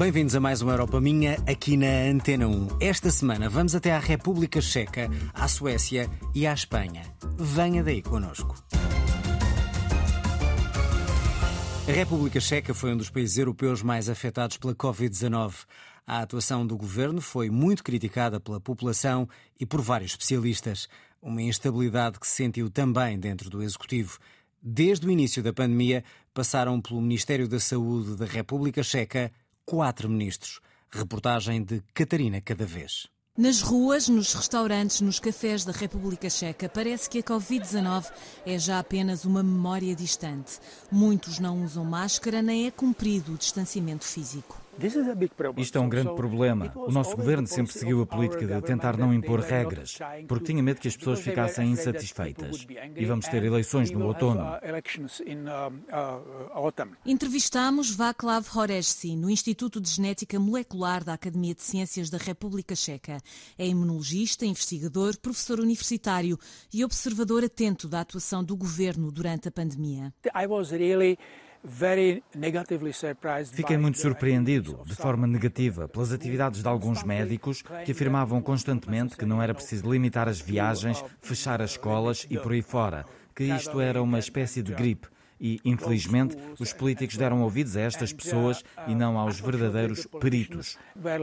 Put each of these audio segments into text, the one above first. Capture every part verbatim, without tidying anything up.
Bem-vindos a mais uma Europa Minha, aqui na Antena um. Esta semana vamos até à República Checa, à Suécia e à Espanha. Venha daí connosco. A República Checa foi um dos países europeus mais afetados pela covid dezanove. A atuação do governo foi muito criticada pela população e por vários especialistas. Uma instabilidade que se sentiu também dentro do Executivo. Desde o início da pandemia, passaram pelo Ministério da Saúde da República Checa quatro ministros. Reportagem de Catarina Cadavés. Nas ruas, nos restaurantes, nos cafés da República Checa, parece que a covid dezanove é já apenas uma memória distante. Muitos não usam máscara, nem é cumprido o distanciamento físico. Isto é um grande problema. O nosso governo sempre seguiu a política de tentar não impor regras, porque tinha medo que as pessoas ficassem insatisfeitas. E vamos ter eleições no outono. Entrevistámos Václav Horeșci, no Instituto de Genética Molecular da Academia de Ciências da República Checa. É imunologista, investigador, professor universitário e observador atento da atuação do governo durante a pandemia. Fiquei muito surpreendido, de forma negativa, pelas atividades de alguns médicos que afirmavam constantemente que não era preciso limitar as viagens, fechar as escolas e por aí fora, que isto era uma espécie de gripe. E, infelizmente, os políticos deram ouvidos a estas pessoas e não aos verdadeiros peritos.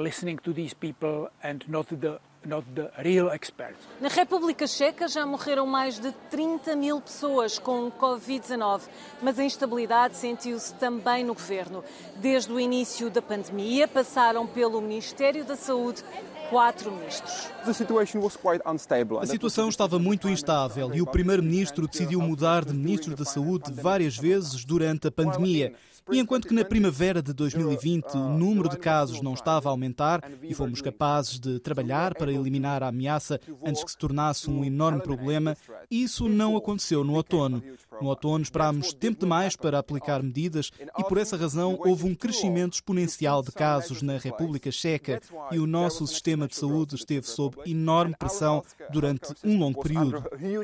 Na República Checa já morreram mais de trinta mil pessoas com covid dezanove, mas a instabilidade sentiu-se também no governo. Desde o início da pandemia, passaram pelo Ministério da Saúde quatro ministros. A situação estava muito instável e o primeiro-ministro decidiu mudar de ministro da Saúde várias vezes durante a pandemia. E enquanto que na primavera de dois mil e vinte o número de casos não estava a aumentar e fomos capazes de trabalhar para eliminar a ameaça antes que se tornasse um enorme problema, isso não aconteceu no outono. No outono esperámos tempo demais para aplicar medidas e por essa razão houve um crescimento exponencial de casos na República Checa e o nosso sistema de saúde esteve sob enorme pressão durante um longo período.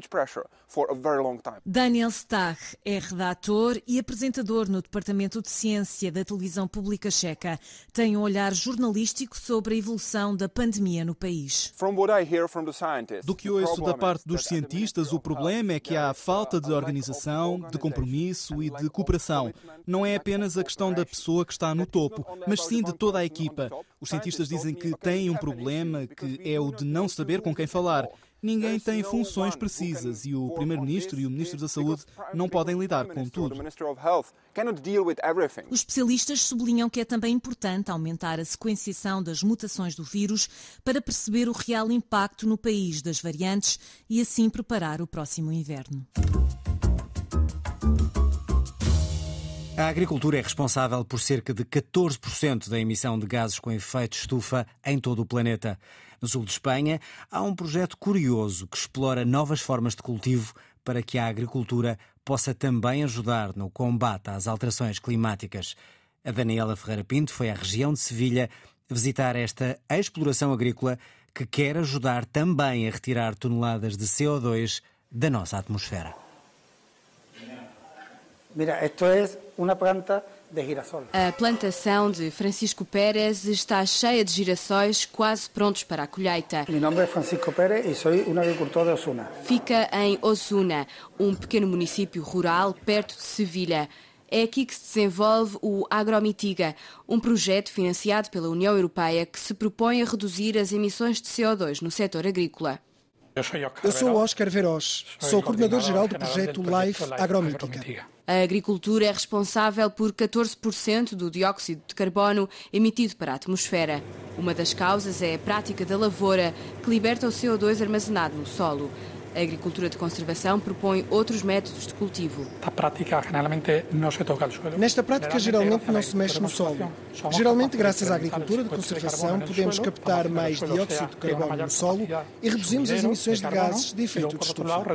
Daniel Stach é redator e apresentador no Departamento de Ciência da Televisão Pública Checa. Tem um olhar jornalístico sobre a evolução da pandemia no país. Do que ouço da parte dos cientistas, o problema é que há falta de organização, de compromisso e de cooperação. Não é apenas a questão da pessoa que está no topo, mas sim de toda a equipa. Os cientistas dizem que têm um problema, que é o de não saber com quem falar. Ninguém tem funções precisas e o Primeiro-Ministro e o Ministro da Saúde não podem lidar com tudo. Os especialistas sublinham que é também importante aumentar a sequenciação das mutações do vírus para perceber o real impacto no país das variantes e assim preparar o próximo inverno. A agricultura é responsável por cerca de catorze por cento da emissão de gases com efeito de estufa em todo o planeta. No sul de Espanha, há um projeto curioso que explora novas formas de cultivo para que a agricultura possa também ajudar no combate às alterações climáticas. A Daniela Ferreira Pinto foi à região de Sevilha visitar esta exploração agrícola que quer ajudar também a retirar toneladas de C O dois da nossa atmosfera. Mira, esto es una planta de girassol. A plantação de Francisco Pérez está cheia de girassóis quase prontos para a colheita. Mi nombre es Francisco Pérez y soy un agricultor de Osuna. Fica em Osuna, um pequeno município rural perto de Sevilha. É aqui que se desenvolve o Agromitiga, um projeto financiado pela União Europeia que se propõe a reduzir as emissões de C O dois no setor agrícola. Eu sou Óscar Veroz, sou coordenador-geral do projeto LIFE Agromítica. A agricultura é responsável por catorze por cento do dióxido de carbono emitido para a atmosfera. Uma das causas é a prática da lavoura, que liberta o C O dois armazenado no solo. A agricultura de conservação propõe outros métodos de cultivo. Nesta prática, geralmente não se mexe no solo. Geralmente, graças à agricultura de conservação, podemos captar mais dióxido de carbono no solo e reduzimos as emissões de gases de efeito de estufa.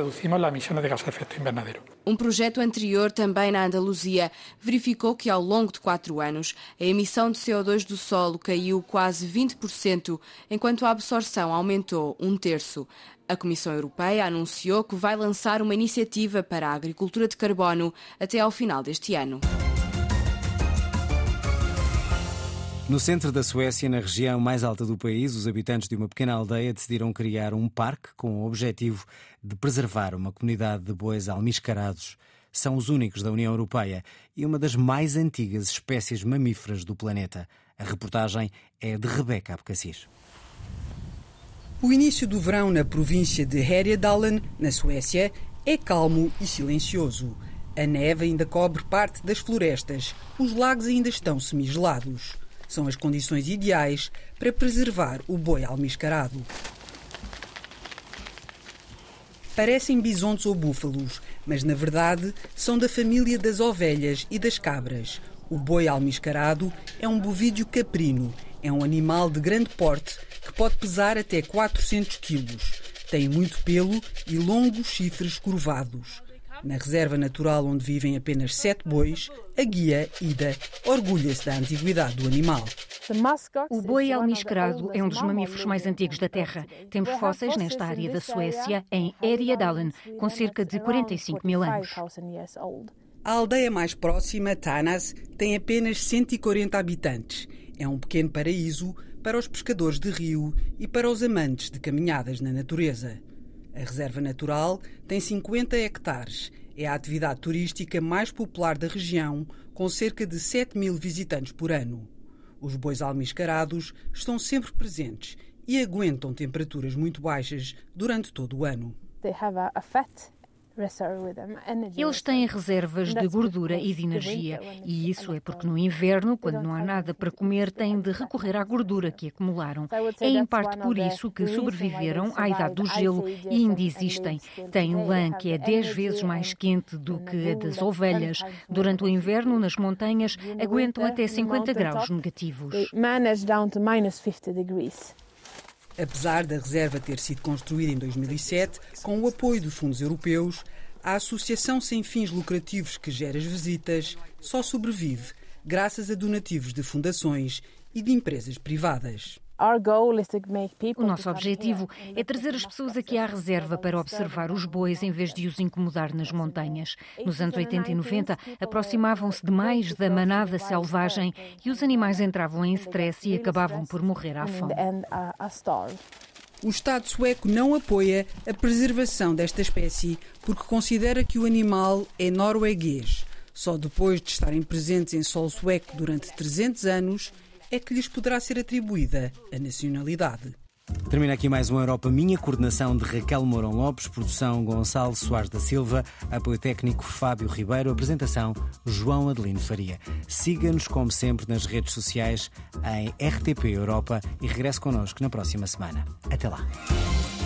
Um projeto anterior, também na Andaluzia, verificou que ao longo de quatro anos a emissão de C O dois do solo caiu quase vinte por cento, enquanto a absorção aumentou um terço. A Comissão Europeia anunciou que vai lançar uma iniciativa para a agricultura de carbono até ao final deste ano. No centro da Suécia, na região mais alta do país, os habitantes de uma pequena aldeia decidiram criar um parque com o objetivo de preservar uma comunidade de bois almiscarados. São os únicos da União Europeia e uma das mais antigas espécies mamíferas do planeta. A reportagem é de Rebeca Abcacis. O início do verão na província de Härjedalen, na Suécia, é calmo e silencioso. A neve ainda cobre parte das florestas. Os lagos ainda estão semigelados. São as condições ideais para preservar o boi almiscarado. Parecem bisontes ou búfalos, mas na verdade são da família das ovelhas e das cabras. O boi almiscarado é um bovídeo caprino. É um animal de grande porte que pode pesar até quatrocentos quilos. Tem muito pelo e longos chifres curvados. Na reserva natural onde vivem apenas sete bois, a guia, Ida, orgulha-se da antiguidade do animal. O boi almiscarado é um dos mamíferos mais antigos da Terra. Temos fósseis nesta área da Suécia, em Härjedalen, com cerca de quarenta e cinco mil anos. A aldeia mais próxima, Tanas, tem apenas cento e quarenta habitantes. É um pequeno paraíso para os pescadores de rio e para os amantes de caminhadas na natureza. A reserva natural tem cinquenta hectares. É a atividade turística mais popular da região, com cerca de sete mil visitantes por ano. Os bois almiscarados estão sempre presentes e aguentam temperaturas muito baixas durante todo o ano. Eles têm reservas de gordura e de energia, e isso é porque no inverno, quando não há nada para comer, têm de recorrer à gordura que acumularam. É em parte por isso que sobreviveram à idade do gelo e ainda existem. Têm lã que é dez vezes mais quente do que a das ovelhas. Durante o inverno, nas montanhas, aguentam até cinquenta graus negativos. Apesar da reserva ter sido construída em dois mil e sete, com o apoio dos fundos europeus, a associação sem fins lucrativos que gera as visitas só sobrevive graças a donativos de fundações e de empresas privadas. O nosso objetivo é trazer as pessoas aqui à reserva para observar os bois em vez de os incomodar nas montanhas. Nos anos oitenta e noventa, aproximavam-se demais da manada selvagem e os animais entravam em stress e acabavam por morrer à fome. O Estado sueco não apoia a preservação desta espécie porque considera que o animal é norueguês. Só depois de estarem presentes em solo sueco durante trezentos anos é que lhes poderá ser atribuída a nacionalidade. Termina aqui mais uma Europa Minha, coordenação de Raquel Mourão Lopes, produção Gonçalo Soares da Silva, apoio técnico Fábio Ribeiro, apresentação João Adelino Faria. Siga-nos, como sempre, nas redes sociais em R T P Europa e regresse connosco na próxima semana. Até lá.